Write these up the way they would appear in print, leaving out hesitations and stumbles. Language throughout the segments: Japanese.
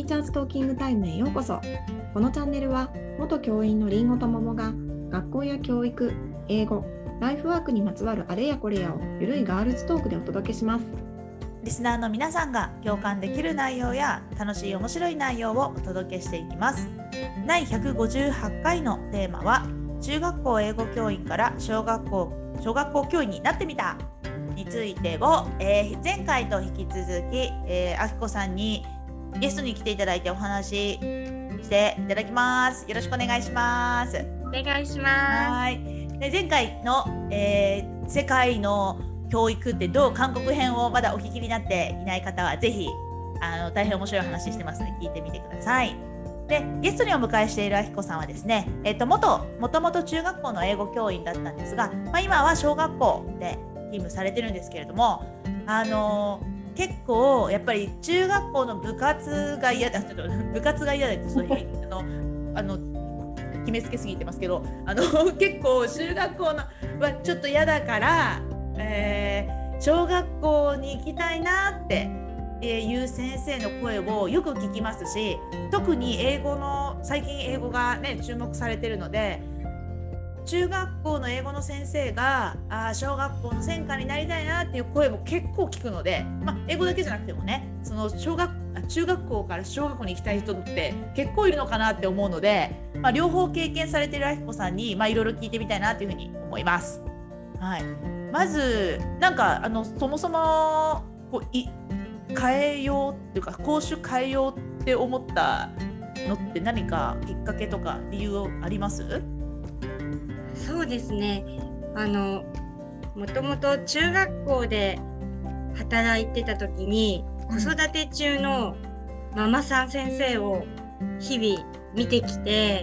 チャーズトーキングタイムへようこそ。このチャンネルは元教員のりんごと桃が学校や教育、英語、ライフワークにまつわるあれやこれやをゆるいガールズトークでお届けします。 リスナーの皆さんが共感できる内容や楽しい面白い内容をお届けしていきます。第158回のテーマは中学校英語教員から小学校教員になってみたについてを、前回と引き続き、あきこさんにゲストに来ていただいてお話ししていただきます。よろしくお願いします。 お願いします。 で前回の、世界の教育ってどう、韓国編をまだお聞きになっていない方はぜひ大変面白い話してますので聞いてみてください。でゲストにお迎えしているあきこさんはですね、もともと中学校の英語教員だったんですが、今は小学校で勤務されてるんですけれども、結構やっぱり中学校の部活が嫌だって決めつけすぎてますけど、結構中学校のはちょっと嫌だから、小学校に行きたいなっていう先生の声をよく聞きますし、特に最近英語がね注目されてるので、中学校の英語の先生が小学校の専科になりたいなっていう声も結構聞くので、英語だけじゃなくてもね、その中学校から小学校に行きたい人って結構いるのかなって思うので、両方経験されているあきこさんにいろいろ聞いてみたいなというふうに思います。まずそもそも変えようっていうか講習変えようって思ったのって何かきっかけとか理由あります？ そうですね、もともと中学校で働いてた時に子育て中のママさん先生を日々見てきて、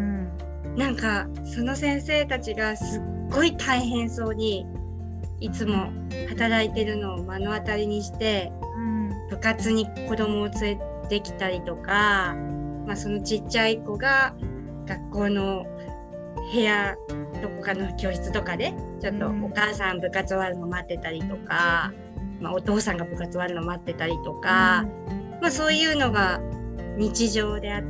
その先生たちがすっごい大変そうにいつも働いてるのを目の当たりにして、部活に子供を連れてきたりとか、そのちっちゃい子が学校の部屋どこかの教室とかでちょっとお母さん部活終わるの待ってたりとか、お父さんが部活終わるの待ってたりとか、そういうのが日常であって、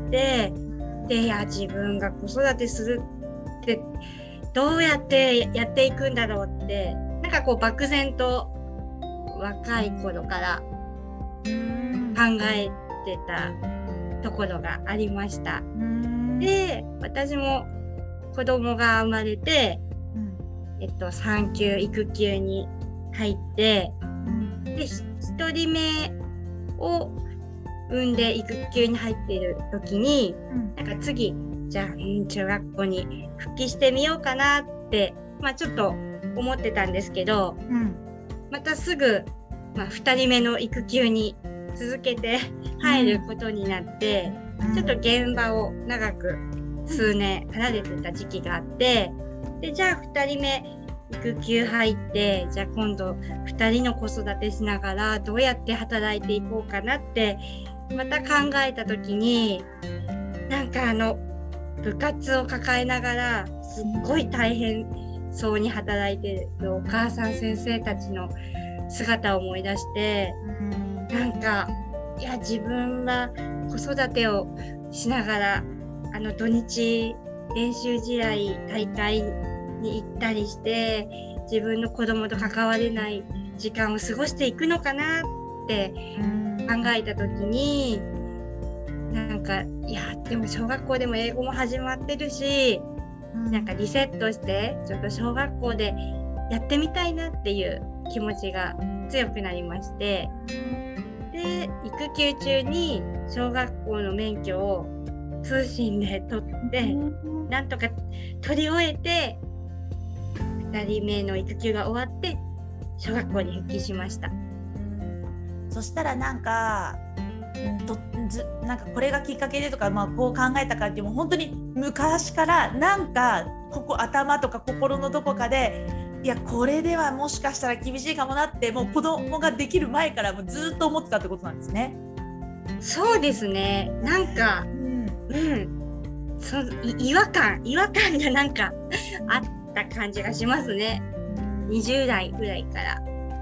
で自分が子育てするってどうやってやっていくんだろうって、漠然と若い頃から考えてたところがありました。で私も子供が生まれて、産休育休に入って、で1人目を産んで育休に入っている時に、次じゃあ中学校に復帰してみようかなって、ちょっと思ってたんですけど、またすぐ、2人目の育休に続けて入ることになって、ちょっと現場を長く数年離れてた時期があって、でじゃあ2人目育休入って、じゃあ今度2人の子育てしながらどうやって働いていこうかなってまた考えた時に、部活を抱えながらすっごい大変そうに働いてるお母さん先生たちの姿を思い出して、自分は子育てをしながら土日練習試合大会に行ったりして自分の子供と関われない時間を過ごしていくのかなって考えた時に、でも小学校でも英語も始まってるし、リセットしてちょっと小学校でやってみたいなっていう気持ちが強くなりまして、で育休中に小学校の免許を通信で取ってなんとか取り終えて、2人目の育休が終わって小学校に復帰しました。 そしたらこれがきっかけでとか、こう考えたかっていうも本当に昔から頭とか心のどこかで、これではもしかしたら厳しいかもなって、もう子供ができる前からもうずっと思ってたってことなんですね。 そうですね、違和感があった感じがしますね。20代ぐらいから。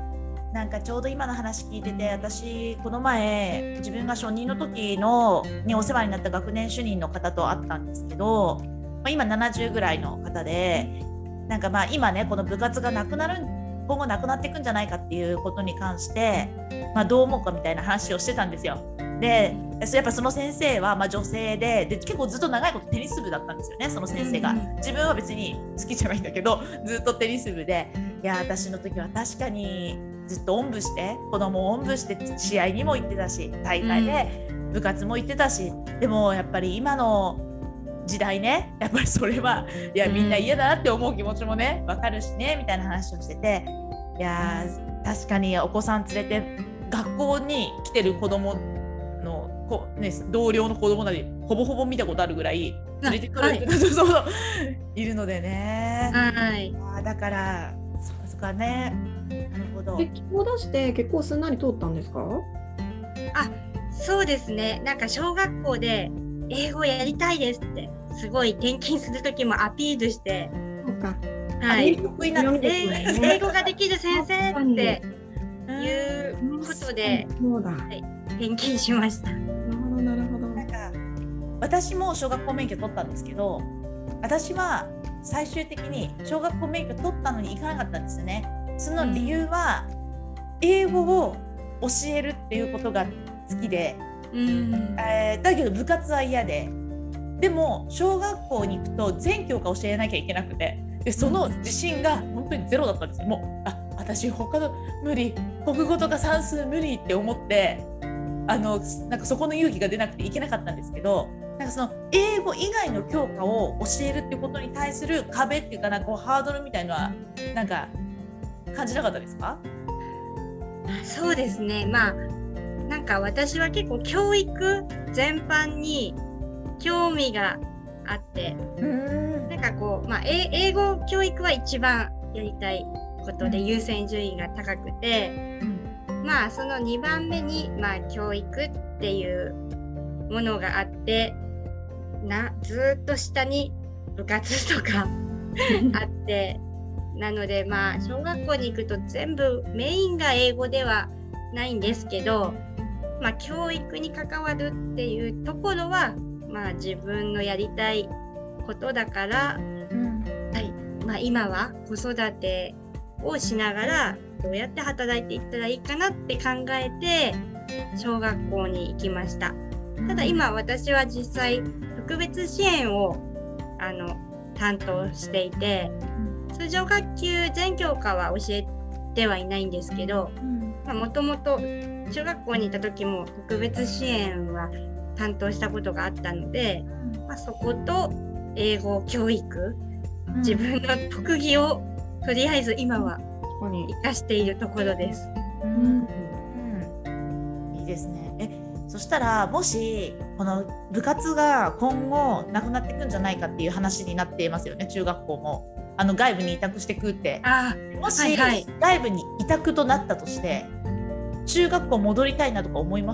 なんかちょうど今の話聞いてて、私この前自分が初任の時にお世話になった学年主任の方と会ったんですけど、今70ぐらいの方で、なんか今ねこの部活が今後なくなっていくんじゃないかっていうことに関して、どう思うかみたいな話をしてたんですよ。でやっぱその先生は女性で結構ずっと長いことテニス部だったんですよね、その先生が。自分は別に好きじゃないんだけどずっとテニス部で、いや私の時は確かにずっとおんぶして子供をおんぶして試合にも行ってたし、大会で部活も行ってたし、でもやっぱり今の時代ね、やっぱりそれはいやみんな嫌だなって思う気持ちもね分かるしねみたいな話をしてて、いや確かにお子さん連れて学校に来てる子供の同僚の子供なりほぼほぼ見たことあるぐらい連れてくる、いるのでね、だからそうかね。なるほど。 希望出して結構すんなり通ったんですか？ そうですね。なんか小学校で英語やりたいですってすごい転勤する時もアピールして、英語ができる先生っていうことで、転勤しました。 なるほど。 なんか私も小学校免許取ったんですけど、私は最終的に小学校免許取ったのに行かなかったんですよね。その理由は、英語を教えるっていうことが好きで、だけど部活は嫌で、でも小学校に行くと全教科教えなきゃいけなくて、でその自信が本当にゼロだったんですよ。もう私他の無理、国語とか算数無理って思って、なんかそこの勇気が出なくていけなかったんですけど、なんかその英語以外の教科を教えるっていうことに対する壁っていうかハードルみたいのはなんか感じなかったですか？ そうですね。なんか私は結構教育全般に興味があって、なんか英語教育は一番やりたいことで優先順位が高くて、その2番目に教育っていうものがあって、ずっと下に部活とかあってなので小学校に行くと全部メインが英語ではないんですけど、教育に関わるっていうところは自分のやりたいことだから、今は子育てをしながらどうやって働いていったらいいかなって考えて小学校に行きました。ただ今私は実際特別支援を担当していて、通常学級全教科は教えてはいないんですけど、もともと中学校にいた時も特別支援は担当したことがあったので、そこと英語教育、自分の特技をとりあえず今は生かしているところです。 いいですね。そしたらもしこの部活が今後なくなっていくんじゃないかっていう話になっていますよね。中学校も外部に委託していくって。もし、外部に委託となったとして中学校戻りたいなとか思います？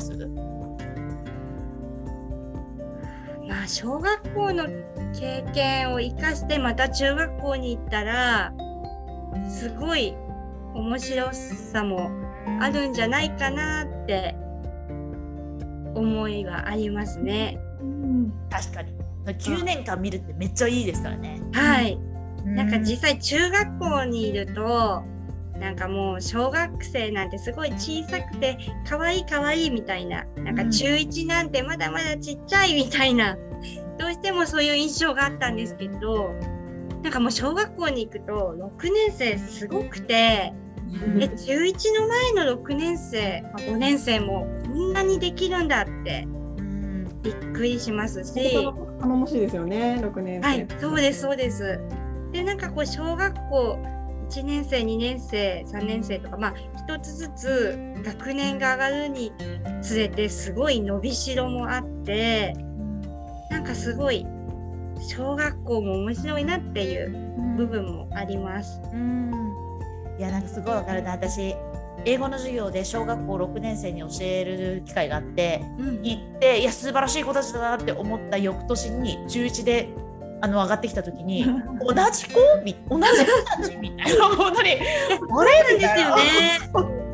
小学校の経験を生かしてまた中学校に行ったらすごい面白さもあるんじゃないかなって思いはありますね。 確かに9年間見るってめっちゃいいですからね。 なんか実際中学校にいるとなんかもう小学生なんてすごい小さくて可愛い可愛いみたいな、なんか中1なんてまだまだちっちゃいみたいな、どうしてもそういう印象があったんですけど、なんかもう小学校に行くと6年生すごくて、中1の前の6年生、5年生もこんなにできるんだってびっくりしますし、 頼もしいですよね、6年生。 そうですそうです。でなんかこう小学校1年生2年生3年生とか一つずつ学年が上がるにつれてすごい伸びしろもあって、なんかすごい小学校も面白いなっていう部分もあります。 いやなんかすごいわかるな。私英語の授業で小学校6年生に教える機会があって、行っていや素晴らしい子たちだなって思った翌年に中1で上がってきた時に同じ子同じ子たちみたいな本当にあれですよね。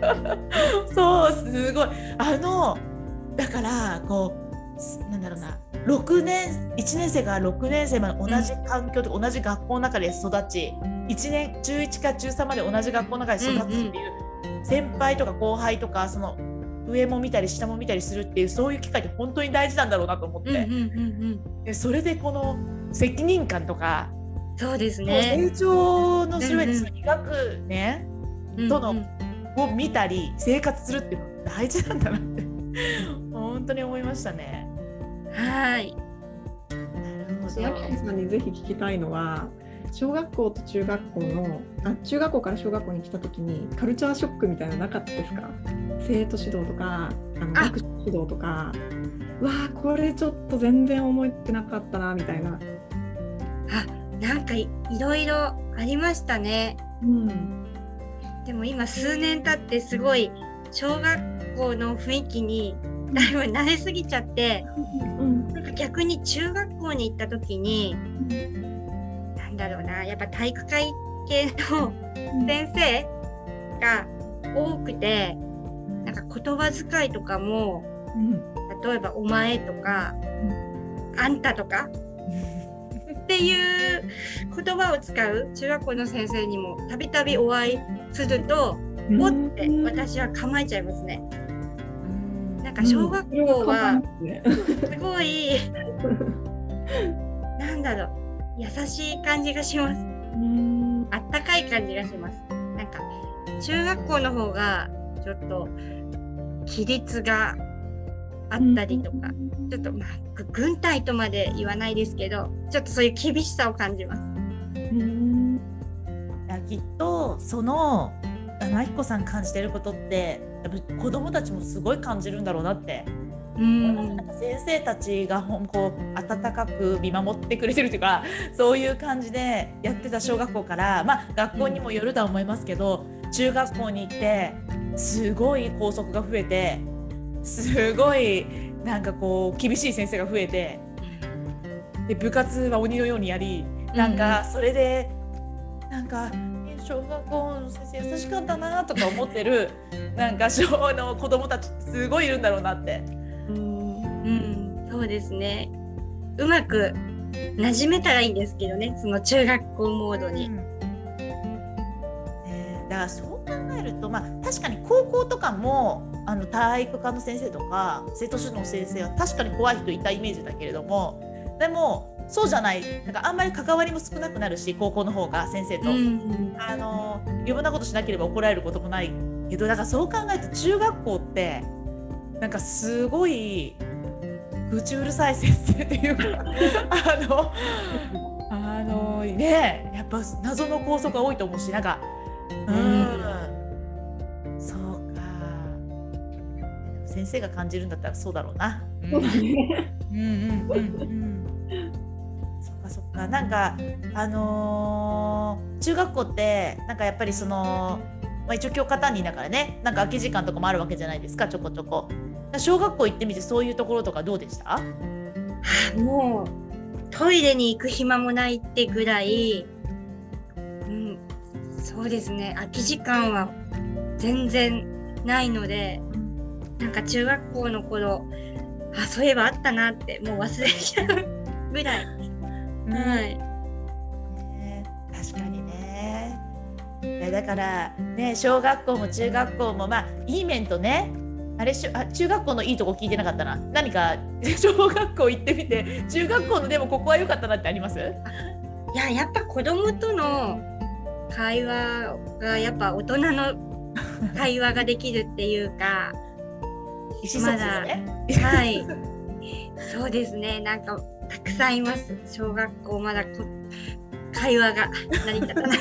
そうすごいだからこうなんだろうな1年生から6年生まで同じ環境で、同じ学校の中で育ち1年中1から中3まで同じ学校の中で育つっていう、先輩とか後輩とかその上も見たり下も見たりするっていうそういう機会って本当に大事なんだろうなと思って、でそれでこの責任感とかそうですね、 成長のする上で2学年とのを見たり生活するっていうのが大事なんだなって本当に思いましたね。 はい。 ヤキさんにぜひ聞きたいのは、小学校と中学校の中学校から小学校に来た時にカルチャーショックみたいなのなかったですか？生徒指導とか学習指導とか、わあこれちょっと全然思ってなかったなみたいな。 なんかいろいろありましたね。でも今数年経ってすごい小学校の雰囲気にだいぶ慣れすぎちゃって、なんか逆に中学校に行った時に、なんだろうな、やっぱ体育会系の先生が多くて、なんか言葉遣いとかも、例えばお前とか、あんたとかっていう言葉を使う中学校の先生にもたびたびお会いすると、おって私は構えちゃいますね。なんか小学校はすごいなんだろう、優しい感じがします。あったかい感じがします。なんか中学校の方がちょっと規律があったりとか、ちょっと軍隊とまで言わないですけど、ちょっとそういう厳しさを感じます。 いやきっとそのあきこさん感じてることってやっぱ子どもたちもすごい感じるんだろうなって。なんか先生たちがこう温かく見守ってくれてるというか、そういう感じでやってた小学校から、学校にもよるとは思いますけど、中学校に行ってすごい校則が増えて、すごいなんかこう厳しい先生が増えて、で部活は鬼のようにやり、なんかそれでなんか小学校の先生優しかったなとか思ってるなんか小の子供たちすごいいるんだろうなって。 そうですね。うまく馴染めたらいいんですけどね、その中学校モードに。 だからそう考えると、確かに高校とかも体育科の先生とか生徒指導の先生は確かに怖い人いたイメージだけれども、でもそうじゃない、なんかあんまり関わりも少なくなるし、高校の方が先生と、余分なことしなければ怒られることもないけど、だからそう考えると中学校ってなんかすごい愚痴うるさい先生っていうかね、やっぱ謎の校則が多いと思うし、なんかそうか、先生が感じるんだったらそうだろうな。そっか、なんか中学校ってなんかやっぱりその、一応教科担任だからね、なんか空き時間とかもあるわけじゃないですか、ちょこちょこ。小学校行ってみてそういうところとかどうでした？ もうトイレに行く暇もないってぐらい、そうですね、空き時間は全然ないので、なんか中学校の頃、そういえばあったなってもう忘れちゃうぐらい。 確かにね。いやだからね、小学校も中学校もいい面とね、中学校のいいとこ聞いてなかったな。何か小学校行ってみて中学校のでもここは良かったなってあります？ やっぱ子供との会話がやっぱ大人の会話ができるっていうかまだそうですね、なんかたくさんいます。小学校まだ会話が成り立たない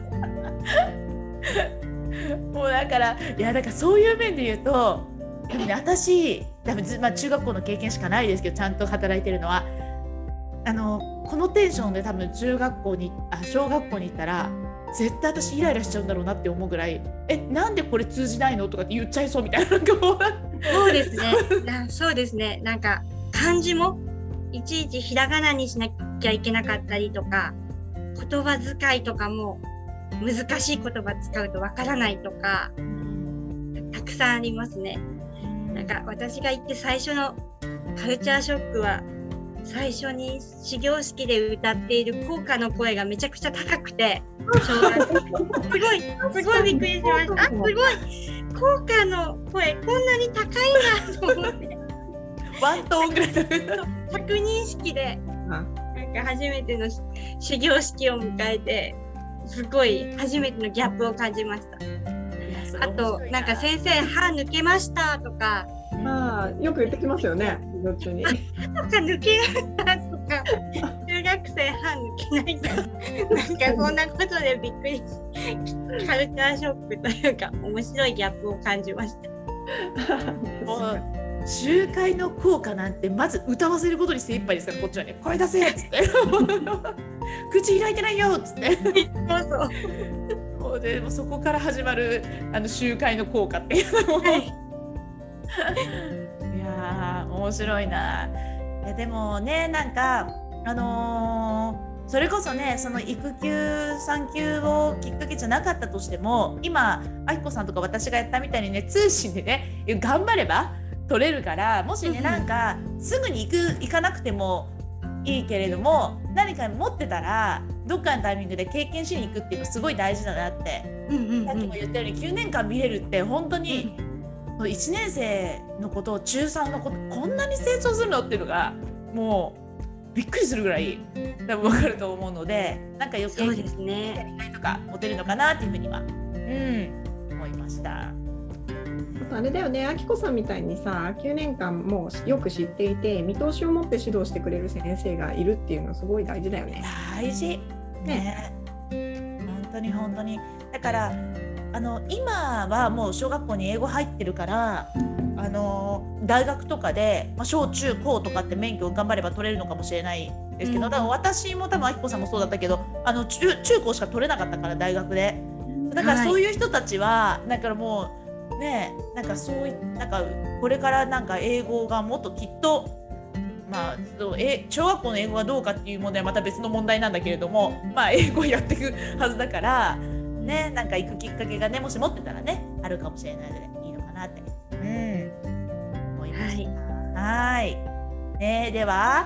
もうだからそういう面で言うと、でもね、私多分中学校の経験しかないですけど、ちゃんと働いてるのはこのテンションで多分小学校に行ったら絶対私イライラしちゃうんだろうなって思うぐらい、なんでこれ通じないのとかって言っちゃいそうみたいな。 そうですねそうですね、なんか漢字もいちいちひらがなにしなきゃいけなかったりとか、言葉遣いとかも難しい言葉使うとわからないとか、 くさんありますね。なんか私が行って最初のカルチャーショックは、最初に始業式で歌っている校歌の声がめちゃくちゃ高くて、すごいびっくりしました。すごい校歌の声こんなに高いなと思ってワントーンぐらいだ百人式でなんか初めての始業式を迎えて、すごい初めてのギャップを感じました。あとなんか先生歯抜けましたとか、 よく言ってきますよね、授業中に。 とか抜けましたとか、中学生歯抜けないとか、なんかそんなことでびっくりし、カルチャーショックというか面白いギャップを感じました。 もう集会の校歌なんてまず歌わせることに精一杯ですから、こっちはね、声出せっつって口開いてないよっつってそうでもそこから始まる集会の校歌っていうのも、いやー面白いな。でもね、なんかそれこそね、その育休産休をきっかけじゃなかったとしても、今あきこさんとか私がやったみたいにね、通信でね頑張れば取れるから、もしね、なんかすぐに行かなくてもいいけれども、何か持ってたらどっかのタイミングで経験しに行くっていうのすごい大事だなって、さっきも言ったように9年間見れるって本当に、1年生のことを中3のことこんなに成長するのっていうのがもうびっくりするぐらい多分分かると思うので、なんか余計にやりがいとか持てるのかなっていうふうには、思いました。 あれだよね、あきこさんみたいにさ、9年間もうよく知っていて見通しを持って指導してくれる先生がいるっていうのはすごい大事だよね。 大事ね、本当に本当に。だから今はもう小学校に英語入ってるから、大学とかで、小中高とかって免許を頑張れば取れるのかもしれないですけど、だから私も多分あきこさんもそうだったけど、中高しか取れなかったから大学で。だからそういう人たちは、だからもうね、なんかそういなんかこれからなんか英語がもっときっと、小学校の英語がどうかっていう問題はまた別の問題なんだけれども、英語をやっていくはずだからね、なんか行くきっかけがね、もし持ってたらね、あるかもしれないのでいいのかなって、思いました。はい。ね、では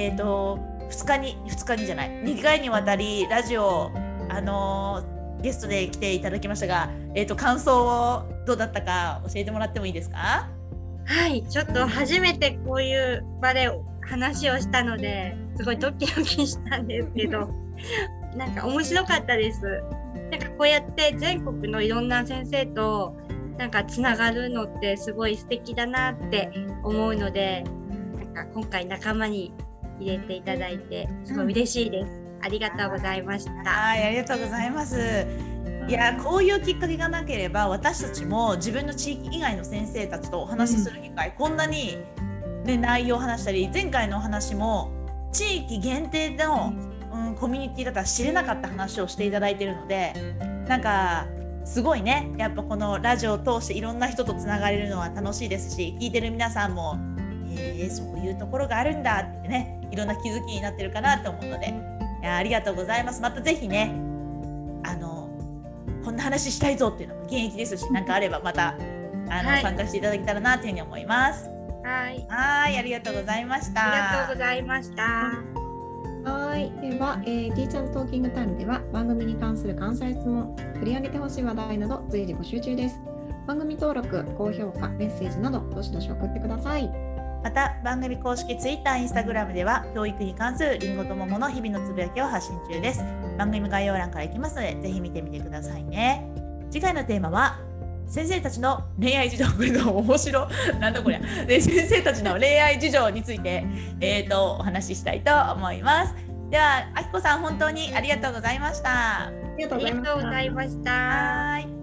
2日にじゃない2回にわたりラジオゲストで来ていただきましたが、感想をどうだったか教えてもらってもいいですか？ はい、ちょっと初めてこういう場で話をしたのですごいドキドキしたんですけどなんか面白かったです。なんかこうやって全国のいろんな先生となんかつながるのってすごい素敵だなって思うので、なんか今回仲間に入れていただいてすごい嬉しいです。ありがとうございました。 はい、ありがとうございます。いや、こういうきっかけがなければ私たちも自分の地域以外の先生たちとお話しする機会、こんなに、ね、内容を話したり、前回のお話も地域限定の、コミュニティだったら知れなかった話をしていただいているので、なんかすごいね、やっぱこのラジオを通していろんな人とつながれるのは楽しいですし、聞いてる皆さんもそういうところがあるんだってね、いろんな気づきになってるかなと思うので、いや、ありがとうございます。またぜひね、こんな話したいぞっていうのも現役ですし、なんかあればまた参加していただけたらなというふうに思います。はい、ありがとうございました。 ありがとうございました。 はい、では、ティーチャーズトーキングタイムでは番組に関する感想や質問、取り上げてほしい話題など随時募集中です。番組登録、高評価、メッセージなどどしどし送ってください。 また番組公式 Twitter、Instagram では教育に関するりんごと桃の日々のつぶやきを発信中です。番組概要欄から行きますのでぜひ見てみてくださいね。次回のテーマは先生たちの恋愛事情、これの面白なんだこりゃで先生たちの恋愛事情について、お話ししたいと思います。ではあきこさん、本当にありがとうございました。 ありがとうございました。 はい。